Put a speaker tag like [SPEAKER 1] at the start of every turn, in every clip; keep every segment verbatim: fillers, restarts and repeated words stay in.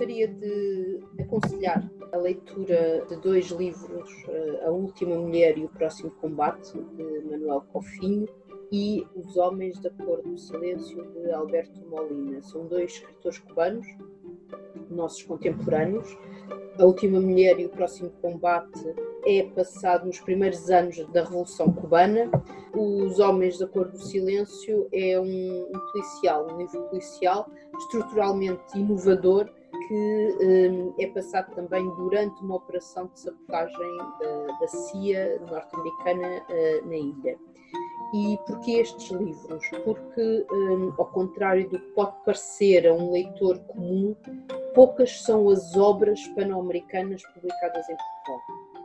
[SPEAKER 1] gostaria de aconselhar a leitura de dois livros, A Última Mulher e o Próximo Combate, de Manuel Cofinho, e Os Homens da Cor do Silêncio, de Alberto Molina. São dois escritores cubanos, nossos contemporâneos. A Última Mulher e o Próximo Combate é passado nos primeiros anos da Revolução Cubana. Os Homens da Cor do Silêncio é um, um policial, um livro policial estruturalmente inovador, que um, é passado também durante uma operação de sabotagem da, da C I A norte-americana uh, na ilha. E porquê estes livros? Porque, um, ao contrário do que pode parecer a um leitor comum, poucas são as obras hispano-americanas publicadas em Portugal.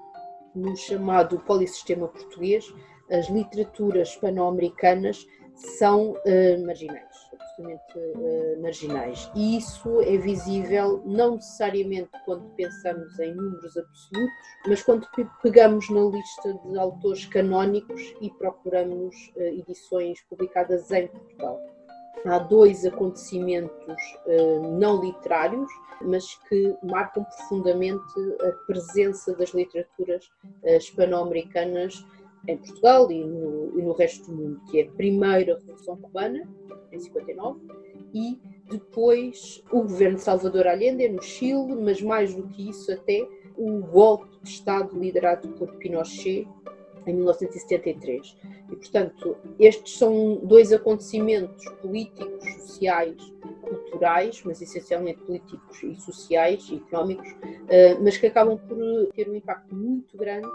[SPEAKER 1] No chamado polissistema português, as literaturas hispano-americanas são uh, marginais, absolutamente uh, marginais. E isso é visível não necessariamente quando pensamos em números absolutos, mas quando pegamos na lista de autores canónicos e procuramos uh, edições publicadas em Portugal. Há dois acontecimentos uh, não literários, mas que marcam profundamente a presença das literaturas uh, hispano-americanas em Portugal e no, e no resto do mundo, que é a primeira Revolução Cubana, em cinquenta e nove, e depois o governo de Salvador Allende no Chile, mas mais do que isso até o golpe de Estado liderado por Pinochet em mil novecentos e setenta e três. E, portanto, estes são dois acontecimentos políticos, sociais, culturais, mas essencialmente políticos e sociais e económicos, mas que acabam por ter um impacto muito grande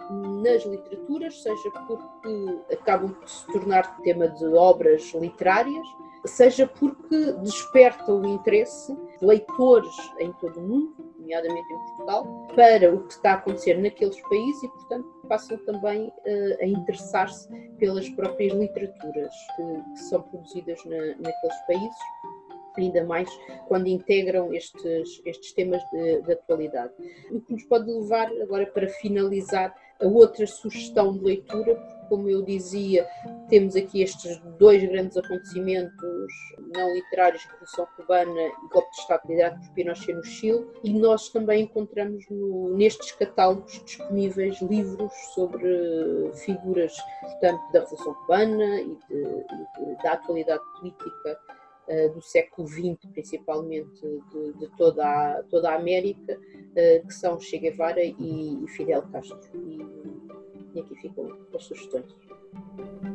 [SPEAKER 1] nas literaturas, seja porque acabam por se tornar tema de obras literárias, seja porque desperta o interesse de leitores em todo o mundo, nomeadamente em Portugal, para o que está a acontecer naqueles países e, portanto, passam também uh, a interessar-se pelas próprias literaturas que, que são produzidas na, naqueles países, ainda mais quando integram estes, estes temas de, de atualidade. O que nos pode levar, agora para finalizar, a outra sugestão de leitura, porque, como eu dizia, temos aqui estes dois grandes acontecimentos não literários, Revolução Cubana e golpe de Estado liderado por Pinochet no Chile, e nós também encontramos no, nestes catálogos disponíveis livros sobre figuras, portanto, da Revolução Cubana e, de, e de, da atualidade política uh, do século vinte, principalmente de, de toda, a, toda a América, uh, que são Che Guevara e, e Fidel Castro. E, e aqui ficam as sugestões.